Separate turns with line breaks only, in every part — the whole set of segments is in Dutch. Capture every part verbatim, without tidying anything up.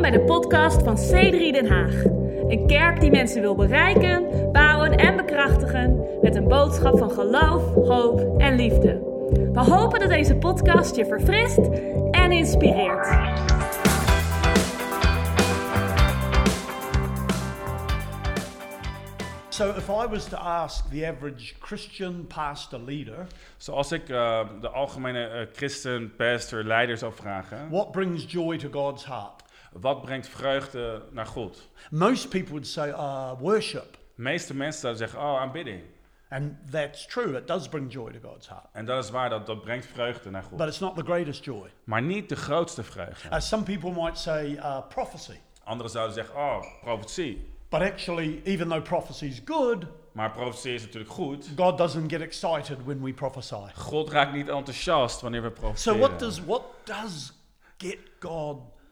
bij de podcast van C drie Den Haag. Een kerk die mensen wil bereiken, bouwen en bekrachtigen met een boodschap van geloof, hoop en liefde. We hopen dat deze podcast je verfrist en inspireert.
So if I was to ask the average Christian pastor leader,
So als ik uh, de algemene uh, christen, pastor, leider zou vragen,
what brings joy to God's heart?
wat brengt vreugde naar God?
Most people would say, uh, worship.
De meeste mensen zouden zeggen, oh, aanbidding.
And that's true, it does bring joy to God's heart.
En dat is waar, dat, dat brengt vreugde naar God.
But it's not the greatest joy.
Maar niet de grootste vreugde.
Uh, some people might say uh, prophecy.
Anderen zouden zeggen, oh, profetie.
But actually, even though prophecy is good,
Maar profetie is natuurlijk goed.
God doesn't get excited when we prophesy.
God raakt niet enthousiast wanneer we
So
profeteren.
what does what does get God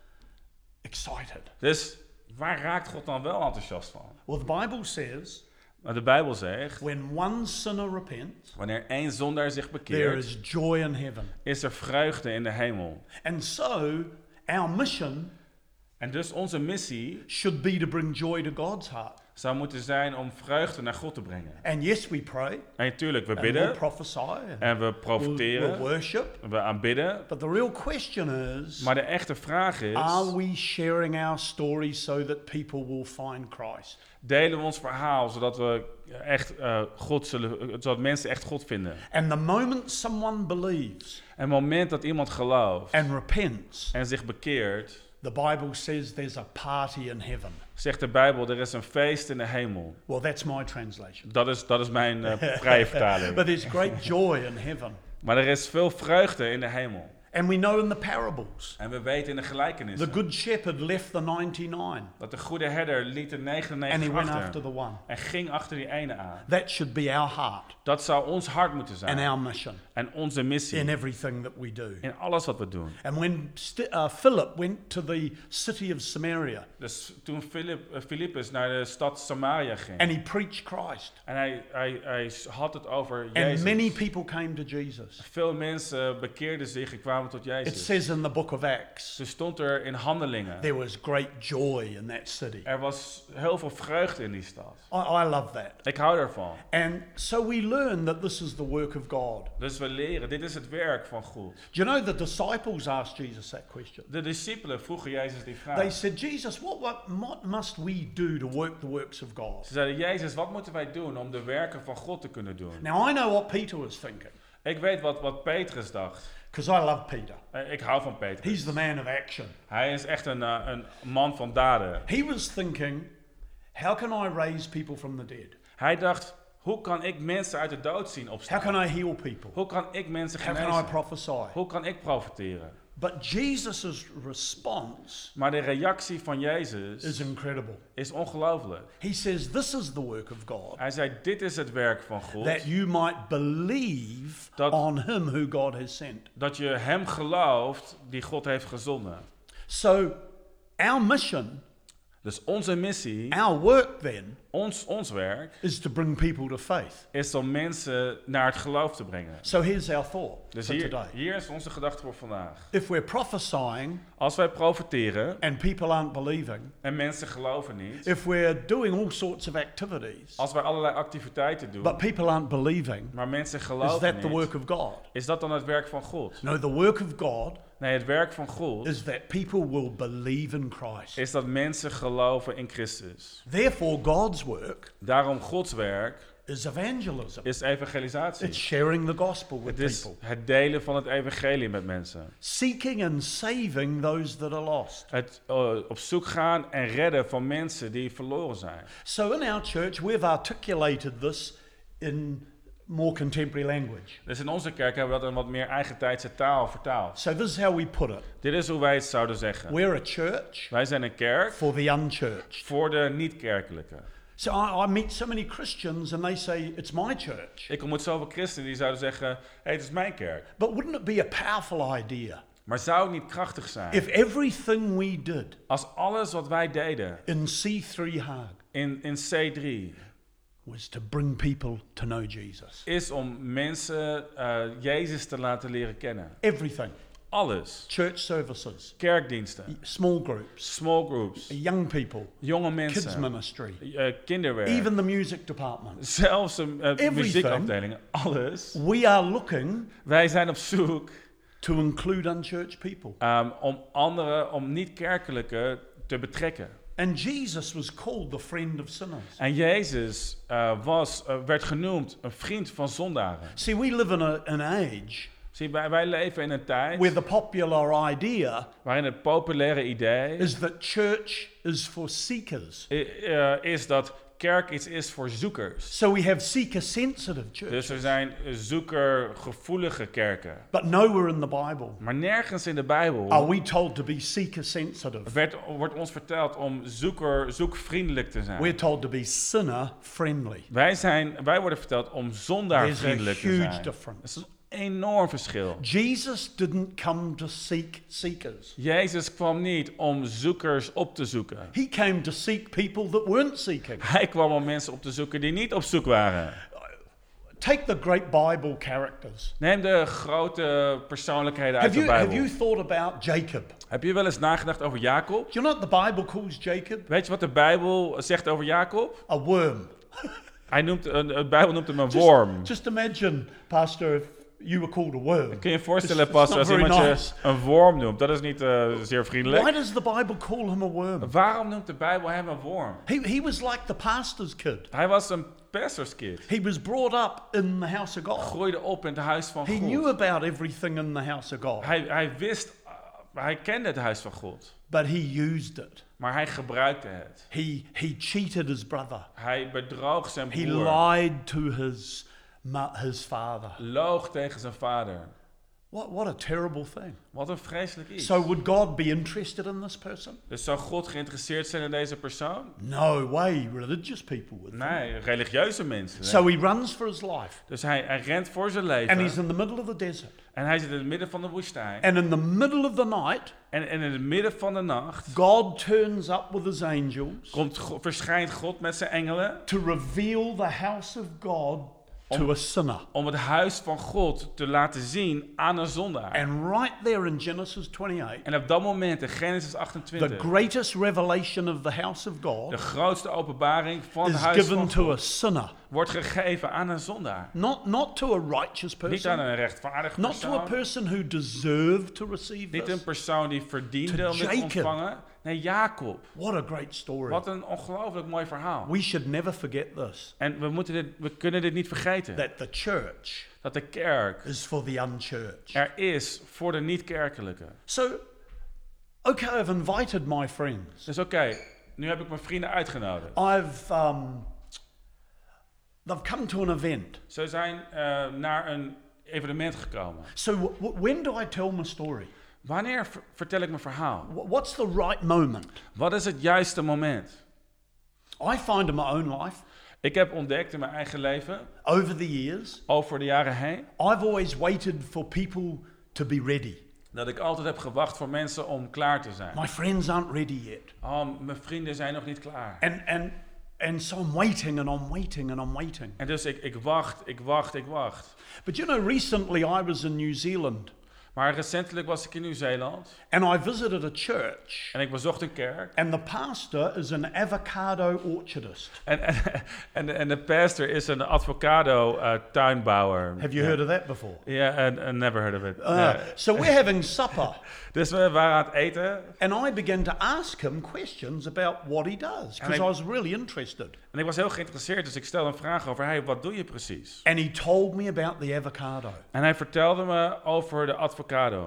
excited?
Dus waar raakt God dan wel enthousiast van?
Well, the Bible says,
Nou, de Bijbel zegt,
when one sinner repents,
wanneer één zondaar zich
there
bekeert,
is joy in heaven.
is er vreugde in de hemel.
And so, our mission
En dus onze missie
should be to bring joy to God's heart.
zou moeten zijn om vreugde naar God te brengen.
And yes, we pray,
En natuurlijk, we
and we'll
bidden
prophesy, and
en we
we'll,
profiteren,
we'll worship.
we aanbidden.
But the real question is,
Maar de echte vraag is,
are we sharing our story so that people will find Christ?
delen we ons verhaal zodat we echt uh, God zullen, zodat mensen echt God vinden.
And the moment someone believes
En het moment dat iemand gelooft
and repents,
en zich bekeert,
the Bible says there's a party in heaven.
zegt de Bijbel, er is een feest in de hemel.
Well, that's my translation.
Dat is, dat is mijn uh, vrije vertaling.
But there's great joy in heaven.
Maar er is veel vreugde in de hemel.
And we know in the parables,
En we weten in de
the
gelijkenissen
good shepherd left the ninety-nine
dat de goede herder liet de
and he
negenennegentig
went
achter
after the one.
en ging achter die ene aan.
That should be our heart
Dat zou ons hart moeten
and
zijn.
our mission
En onze missie.
in everything that we do.
In alles wat we doen.
And when St- uh, Philip went to the city of Samaria
Dus toen Philip, uh, Philippus naar de stad Samaria ging.
and he preached Christ,
En hij, hij, hij had het over
and
Jezus.
many people came to Jesus.
Veel mensen bekeerden zich en kwamen tot
It
Jezus.
says in the book of Acts,
Ze stond er in handelingen.
there was great joy in that city.
Er was heel veel vreugde in die stad.
I, I love that.
Ik hou daarvan.
And so we learn that this is the work of God.
Dus we leren, dit is het werk van God.
Do you know the disciples asked Jesus that question?
De discipelen vroegen Jezus die
They
vraag.
said, Jesus, what, what, what must we do to work the works of God?
Ze zeiden, Jezus, wat moeten wij doen om de werken van God te kunnen doen?
Now I know what Peter was thinking,
Ik weet wat, wat Petrus dacht.
because I love Peter.
Eh, Ik hou van Petrus.
He's the man of action.
Hij is echt een, uh, een man van daden.
He was thinking, how can I raise people from the dead?
Hij dacht, hoe kan ik mensen uit de dood zien
How
opstaan?
can I heal people?
Hoe kan ik mensen
How can I
genezen?
prophesy?
Hoe kan ik profiteren?
But Jesus' response
Maar de reactie van Jezus
is incredible.
is ongelooflijk.
He says, this is the work of God,
Hij zei, dit is het werk van God.
that you might believe
Dat-
on him who God has sent.
Dat je hem gelooft die God heeft gezonden.
So our mission,
Dus onze missie,
our work then,
ons, ons werk,
is to bring people to faith.
is om mensen naar het geloof te brengen.
So here's our thought
Dus
for
hier,
today.
hier is onze gedachte voor vandaag.
If we're prophesying
Als wij profiteren
and people aren't believing,
en mensen geloven niet.
if we're doing all sorts of activities,
Als wij allerlei activiteiten doen,
but people aren't believing,
maar mensen
is
geloven
that the
niet.
work of God?
Is dat dan het werk van God?
No, the work of God
Nee, het werk van God
is that people will believe in Christ.
is dat mensen geloven in Christus.
Therefore, God's work
Daarom Gods werk
is evangelism.
is evangelisatie.
It's sharing the gospel with
Het is
people.
het delen van het evangelie met mensen.
Seeking and saving those that are lost.
Het uh, op zoek gaan en redden van mensen die verloren zijn.
So in our church, we've articulated this in more contemporary language.
Dus in onze kerk hebben we dat in wat meer eigentijdse taal vertaald.
So this is how we put it.
Dit is hoe wij het zouden zeggen.
We're a church
Wij zijn een kerk
for the unchurched.
voor de niet-kerkelijke.
So I, I meet so many Christians and they say, it's my church.
Ik ontmoet zoveel christenen die zouden zeggen, hé, hey, het is mijn kerk.
But wouldn't it be a powerful idea
Maar zou het niet krachtig zijn
if everything we did
als alles wat wij deden
in C three Haag
in, in C drie
was to bring people to know Jesus?
is om mensen uh, Jezus te laten leren kennen.
Everything.
Alles.
church services,
Kerkdiensten,
small groups,
small groups,
young people,
jonge
kids
mensen,
ministry,
uh, kinderwerk,
even the music department.
zelfs een uh,
Everything.
muziekafdeling. Alles.
We are looking
Wij zijn op zoek
to include unchurched people.
um, om anderen, om niet-kerkelijke te betrekken.
And Jesus was called the friend of sinners.
En Jezus uh, was, uh, werd genoemd een vriend van zondaren.
See, we live in a, an age
Zie, wij, wij leven in een tijd
where the popular idea
waarin het populaire idee
is that church is for seekers.
i- uh, is dat kerk iets is voor zoekers.
So we have seeker-sensitive
Dus
churches,
er zijn zoekergevoelige kerken.
but nowhere in the Bible
Maar nergens in de Bijbel
are we told to be seeker-sensitive.
werd, wordt ons verteld om zoeker, zoekvriendelijk te zijn.
We're told to be sinner-friendly.
Wij, zijn, wij worden verteld om
There's a
zondaarvriendelijk te
huge
zijn. Dat
difference.
is een enorm verschil.
Jesus didn't come to seek seekers.
Jezus kwam niet om zoekers op te zoeken.
He came to seek people that weren't seeking.
Hij kwam om mensen op te zoeken die niet op zoek waren.
Take the great Bible characters.
Neem de grote persoonlijkheden uit
Have
de
you, have
Bijbel.
you thought about Jacob?
Heb je wel eens nagedacht over Jacob?
Do you know what the Bible calls Jacob?
Weet je wat de Bijbel zegt over Jacob?
A worm.
Hij noemt, een- de Bijbel noemt hem een
Just,
worm.
just imagine, Pastor, if you were called a worm.
Kun je je voorstellen,
It's- it's
pastor, als
not
iemand
very
je
nice.
een worm noemt? Dat is niet uh, zeer vriendelijk.
Why does the Bible call him a worm?
Waarom noemt de Bijbel hem een worm?
He, he was like the pastor's kid.
Hij was een pastorskid.
He was brought up in the house of God.
Groeide op in het huis van
He knew
God.
about everything in the house of God,
Hij, hij wist, uh, hij kende het huis van God.
but he used it.
Maar hij gebruikte het.
He, he cheated his brother.
Hij bedroog zijn
He
broer.
lied to his, ma- his father.
Loog tegen zijn vader.
What, what a terrible thing.
Wat een vreselijk iets.
So would God be interested in this person?
Dus zou God geïnteresseerd zijn in deze persoon?
No way, religious people would. think.
Nee, religieuze mensen.
So he runs for his life.
Dus hij, hij rent voor zijn
And he's
leven.
in the middle of the desert.
En hij zit in het midden van de woestijn.
And in the middle of the night,
En, en in het midden van de nacht
God turns up with his angels
komt, Go- verschijnt God met zijn engelen
to reveal the house of God to a sinner.
om het huis van God te laten zien aan een zondaar.
And right there in Genesis twenty-eight,
En op dat moment, in Genesis
the
achtentwintig,
greatest revelation of the house of
de
God
grootste openbaring van het
is
huis
given
van
to a
God,
sinner.
wordt gegeven aan een zondaar.
Not, not to a righteous
Niet aan
person,
een rechtvaardig
not to a
persoon.
person who deserved to receive
Niet een
this.
persoon die verdiende
To
om dit te
Jacob.
ontvangen. Nee, Jacob.
What a great story.
Wat een ongelooflijk mooi verhaal.
We should never forget this,
En we, moeten dit, we kunnen dit niet vergeten.
that the church
Dat de kerk
is for the unchurched.
er is voor de niet-kerkelijke.
So, okay, I've invited my friends.
Dus oké, nu heb ik mijn vrienden uitgenodigd.
I've, um, they've come to an event.
Ze zijn uh, naar een evenement gekomen.
So, w- w- when do I tell my story?
Wanneer v- vertel ik mijn verhaal?
W- What's the right moment?
Wat is het juiste moment?
I find in my own life,
Ik heb ontdekt in mijn eigen leven,
over the years,
over de jaren heen,
I've always waited for people to be ready.
dat ik altijd heb gewacht voor mensen om klaar te zijn.
My friends aren't ready yet.
Oh, mijn vrienden zijn nog niet klaar.
And, and, and so I'm waiting and I'm waiting and I'm waiting.
En dus ik, ik wacht, ik wacht, ik wacht.
But you know, recently I was in New Zealand
Maar recentelijk was ik in Nieuw-Zeeland
and I visited a church.
en ik bezocht een kerk.
And the pastor is an avocado orchardist.
En, en, en, de, en de pastor is een avocado uh, tuinbouwer.
Have you heard of that before?
Ja, and, and never heard of it.
Uh,
Ja.
So we're having supper.
Dus we waren aan het eten
And I began to ask him questions about what he does because
And I-
I was really interested.
en ik was heel geïnteresseerd, dus ik stelde een vraag over, hey, wat doe je precies?
And he told me about the avocado.
En hij vertelde me over de avocado.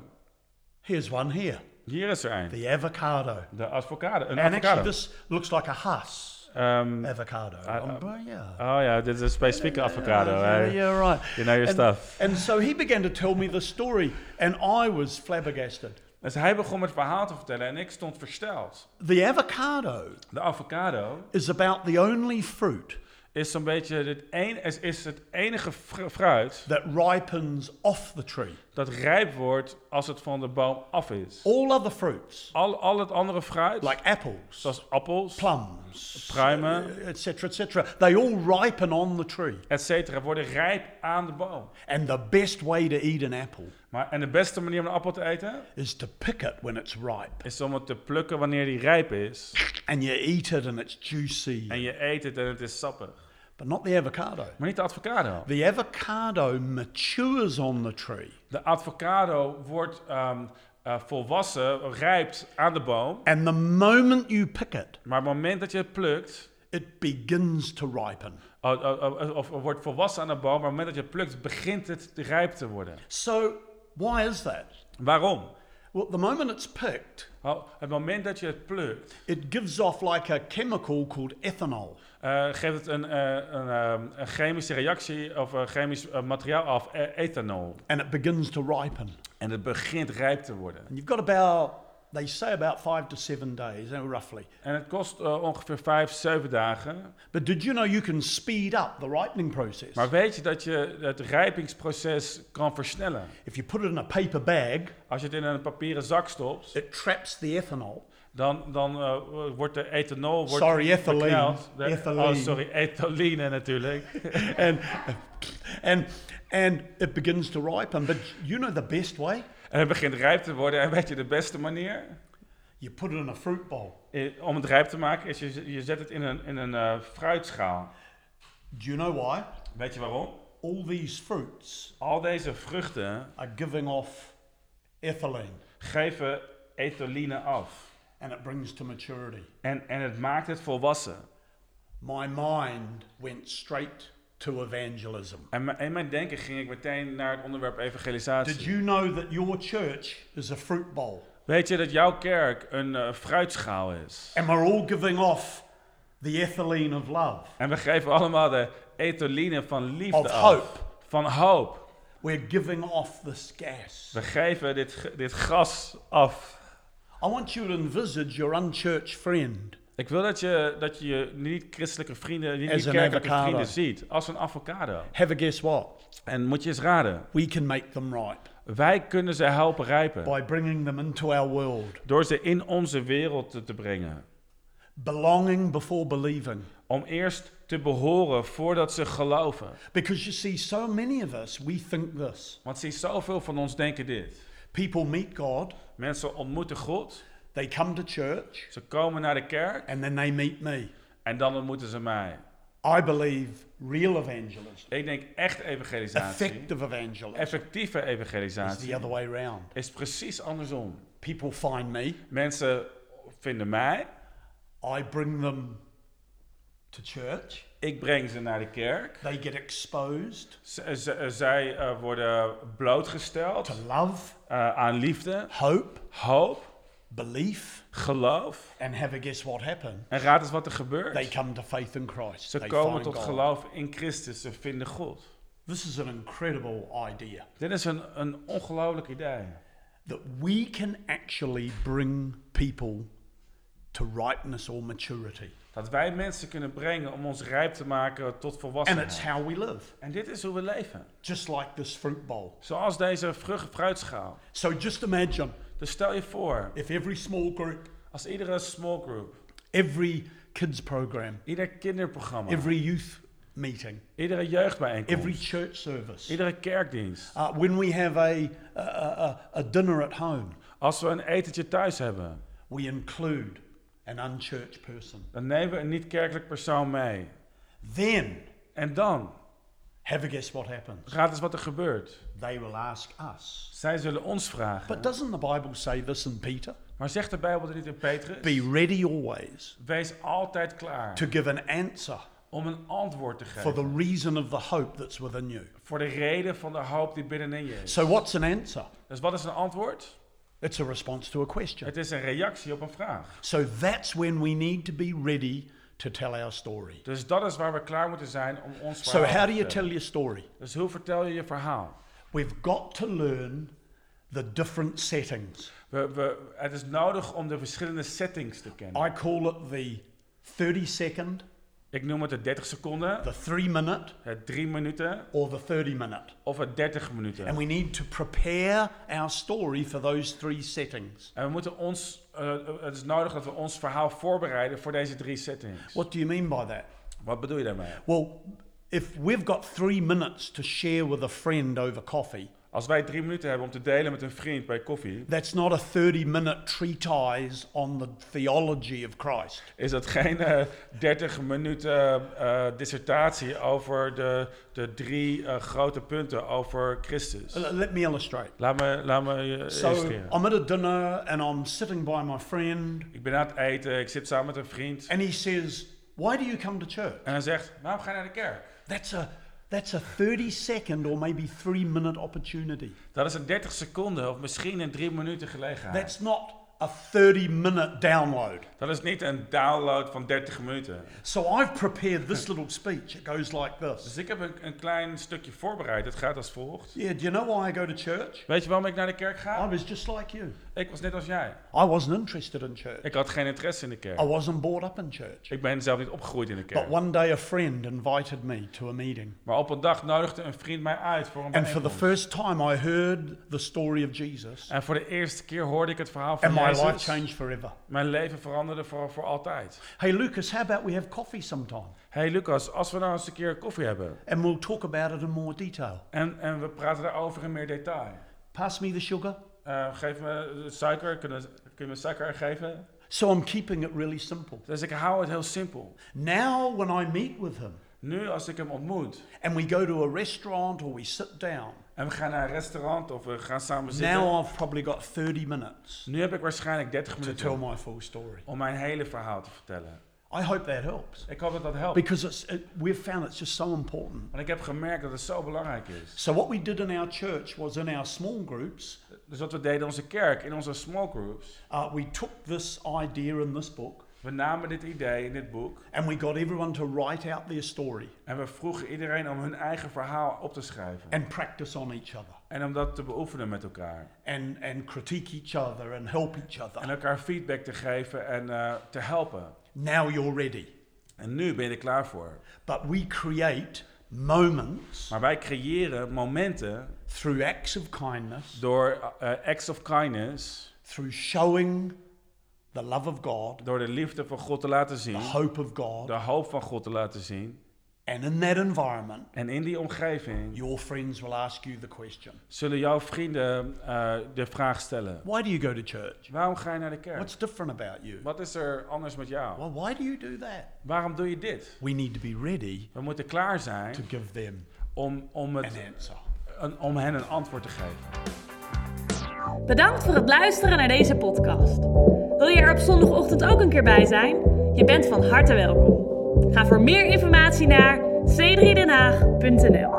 Here's one here,
Hier is er een.
the avocado.
De avocado. Een
And actually,
avocado.
this looks like a Haas
Um,
avocado.
I-
Um, but yeah.
oh ja, dit is een specifieke avocado.
Yeah,
Hey,
yeah, right.
you know your
and,
stuff.
and so he began to tell me the story, and I was flabbergasted.
Dus hij begon het verhaal te vertellen en ik stond versteld.
The avocado
De avocado
is about the only fruit
is zo'n beetje het, een, is, is het enige fr- fruit
that ripens off the tree.
dat rijp wordt als het van de boom af is.
All other fruits,
Al, al het andere fruit,
like apples,
zoals appels,
plums,
pruimen,
et cetera, et cetera, they all ripen on the tree.
et cetera, worden rijp aan de boom.
And the best way to eat an apple
Maar, en de beste manier om een appel te eten
is to pick it when it's ripe.
is om het te plukken wanneer die rijp is.
And you eat it and it's juicy.
En je eet het en het is sappig.
But not the avocado.
Maar niet de avocado.
The avocado matures on the tree.
De avocado wordt um, uh, volwassen, rijpt aan de boom.
And the moment you pick it,
Maar op het moment dat je het plukt,
it begins to ripen.
of, of, of, of wordt volwassen aan de boom, maar op het moment dat je het plukt, begint het rijp te worden.
So why is that?
Waarom?
Well, the moment it's picked,
Oh, het moment dat je het plukt,
it gives off like a chemical called ethanol.
uh, geeft het een, uh, een, uh, een chemische reactie of een chemisch uh, materiaal af, uh, ethanol.
And it begins to ripen.
En het begint rijp te worden.
And you've got about, they say about five to seven days, uh, roughly.
En het kost uh, ongeveer vijf, zeven dagen.
But did you know you can speed up the ripening process?
Maar weet je dat je het rijpingsproces kan versnellen?
If you put it in a paper bag,
Als je het in een papieren zak stopt,
it traps the ethanol.
dan, dan uh, wordt de ethanol wordt
Sorry, ethylene.
verkneld. De-
Ethylene.
Oh, sorry, ethyline natuurlijk.
and, and, and it begins to ripen. But you know the best way?
En het begint rijp te worden. En weet je de beste manier
You put it in a fruit bowl.
eh, om het rijp te maken? Is je, je zet het in een, in een uh, fruitschaal.
Do you know why?
Weet je waarom?
All these fruits
Al deze vruchten
are giving off ethylene,
geven ethyline af.
and it brings to maturity.
En, en het maakt het volwassen.
My mind went straight to evangelism.
En m- in mijn denken ging ik meteen naar het onderwerp evangelisatie.
Did you know that your church is a fruit bowl?
Weet je dat jouw kerk een uh, fruitschaal is?
And we're all giving off the ethylene of love,
En we geven allemaal de ethyline van liefde
of
af.
hope.
Van hoop.
We're giving off this gas.
We geven dit, ge- dit gas af.
I want you to envisage your unchurched friend
Ik wil dat je dat je, je niet-christelijke vrienden, niet
As an
kerkelijke
avocado.
vrienden ziet als een avocado.
have a guess what?
En moet je eens raden.
We can make them ripe
Wij kunnen ze helpen rijpen.
by bringing them into our world.
Door ze in onze wereld te, te brengen.
Belonging before believing.
Om eerst te behoren voordat ze geloven.
Because you see, so many of us, we think this.
Want zie, zoveel van ons denken dit.
People meet God,
Mensen ontmoeten God.
they come to church,
Ze komen naar de kerk.
and then they meet me.
En dan ontmoeten ze mij.
I believe real evangelism,
Ik denk echt evangelisatie.
effective evangelism,
Effectieve
is the
evangelisatie
other way around.
is precies andersom.
People find me,
Mensen vinden mij.
I bring them to church,
Ik breng ze naar de kerk.
they get exposed
Z- z- zij uh, worden blootgesteld
to love,
uh, aan liefde,
hope,
hoop,
belief,
geloof.
and have a guess what happened?
En raad eens wat er gebeurt.
They come to faith in Christ.
Ze
They
komen
find
tot
God.
geloof in Christus. Ze vinden God.
This is an incredible idea
Dit is een, een ongelooflijk idee.
that we can actually bring people to ripeness or maturity.
Dat wij mensen kunnen brengen om ons rijp te maken tot
And it's
volwassenheid.
how we live,
En dit is hoe we leven.
just like this fruit bowl.
Zoals deze vrucht, fruitschaal.
So just imagine
Dus stel je voor,
if every small group,
als iedere small group,
every kids program,
ieder kinderprogramma,
every youth meeting,
iedere jeugdbijeenkomst,
every church service,
iedere kerkdienst.
uh, when we have a, a, a, a dinner at home,
Als we een etentje thuis hebben,
we include an unchurched person.
dan nemen we een niet-kerkelijk persoon mee.
Then,
En dan,
have a guess what happens.
raad eens wat er gebeurt.
They will ask us.
Zij zullen ons vragen.
But doesn't the Bible say this in Peter?
Maar zegt de Bijbel er niet in Petrus?
Be ready always
Wees altijd klaar
to give an answer
om een antwoord te
for
geven.
the reason of the hope that's within you.
Voor de reden van de hoop die binnenin je is.
So what's an answer?
Dus wat is een antwoord?
It's a response to a question.
Het is een reactie op een vraag.
So that's when we need to be ready to tell our story.
Dus dat is waar we klaar moeten zijn om ons
So
verhaal
how
te
do you tell
vertellen.
your story?
Dus hoe vertel je je verhaal?
We've got to learn the different settings.
We, we, het is nodig om de verschillende settings te kennen.
I call it the thirty second,
Ik noem het de dertig seconden,
the three minute,
het drie minuten
or the thirty minute.
of het dertig minuten.
And we need to prepare our story for those three settings.
En we moeten ons, uh, het is nodig dat we ons verhaal voorbereiden voor deze drie settings.
What do you mean by that?
Wat bedoel je daarmee?
Well, if we've got three minutes to share with a friend over coffee,
Als wij drie minuten hebben om te delen met een vriend bij koffie,
that's not a thirty minute treatise on the theology of Christ.
is dat geen uh, dertig minuten uh, dissertatie over de, de drie uh, grote punten over Christus.
Uh, Let me illustrate.
Laat me, laat me uh,
So
illustreren.
I'm at a dinner and I'm sitting by my friend,
Ik ben aan het eten, ik zit samen met een vriend.
and he says, "Why do you come to church?"
En hij zegt, waarom ga je naar de kerk?
That's a that's a thirty second or maybe three minute opportunity.
Dat is een dertig seconden of misschien een drie minuten gelegenheid.
That's not a thirty minute download.
Dat is niet een download van dertig minuten.
So I've prepared this little speech. It goes like this.
Dus ik heb een, een klein stukje voorbereid. Het gaat als volgt.
Yeah, do you know why I go to church?
Weet je waarom ik naar de kerk
I
ga?
was just like you.
Ik was net als jij.
I wasn't interested in church.
Ik had geen interesse in de kerk.
I wasn't brought up in church.
Ik ben zelf niet opgegroeid in de
But
kerk.
one day a friend invited me to a meeting.
Maar op een dag nodigde een vriend mij uit voor een
And for the
bijeenkomst.
first time I heard the story of Jesus.
En voor de eerste keer hoorde ik het verhaal van
And my life
Jezus.
changed forever.
Mijn leven veranderde voor, voor altijd.
Hey Lucas, how about we have coffee sometime?
Hey Lucas, als we nou eens een keer koffie hebben.
And we'll talk about it in more detail.
En, en we praten daarover in meer detail.
Pass me the sugar.
Uh, geef me suiker, kunnen, kunnen we suiker geven?
So I'm keeping it really simple.
Dus ik hou het heel simpel.
Now when I meet with him
Nu als ik hem ontmoet
and we go to a restaurant or we sit down,
en we gaan naar een restaurant of we gaan samen zitten.
now I've probably got thirty minutes
Nu heb ik waarschijnlijk dertig
to tell
minuten
my full story.
om mijn hele verhaal te vertellen.
I hope that helps.
Ik hoop dat dat helpt.
Because it's, it, we've found it's just so important.
Want ik heb gemerkt dat het zo belangrijk is.
So what we did in our church was in our small groups,
Dus wat we deden in onze kerk, in onze small groups.
uh, we took this idea in this book
We namen dit idee in dit boek.
and we got everyone to write out their story
En we vroegen iedereen om hun eigen verhaal op te schrijven.
and practice on each other
En om dat te beoefenen met elkaar.
and, and critique each other and help each
En
other.
elkaar feedback te geven en uh, te helpen.
Now you're ready.
En nu ben je er klaar voor.
But we create moments
Maar wij creëren momenten
through acts of kindness,
door uh, acts of kindness.
through showing the love of God,
Door de liefde van God te laten
the
zien.
hope of God.
De hoop van God te laten zien.
And in that environment,
En in die omgeving
your friends will ask you the question,
zullen jouw vrienden uh, de vraag stellen.
why do you go to church?
Waarom ga je naar de kerk?
What's different about you?
Wat is er anders met jou?
Well, why do you do that?
Waarom doe je dit?
We need to be ready
We moeten klaar zijn
to give them
om, om,
an
het,
answer.
een, om hen een antwoord te geven.
Bedankt voor het luisteren naar deze podcast. Wil je er op zondagochtend ook een keer bij zijn? Je bent van harte welkom. Ga voor meer informatie naar c drie den haag punt n l.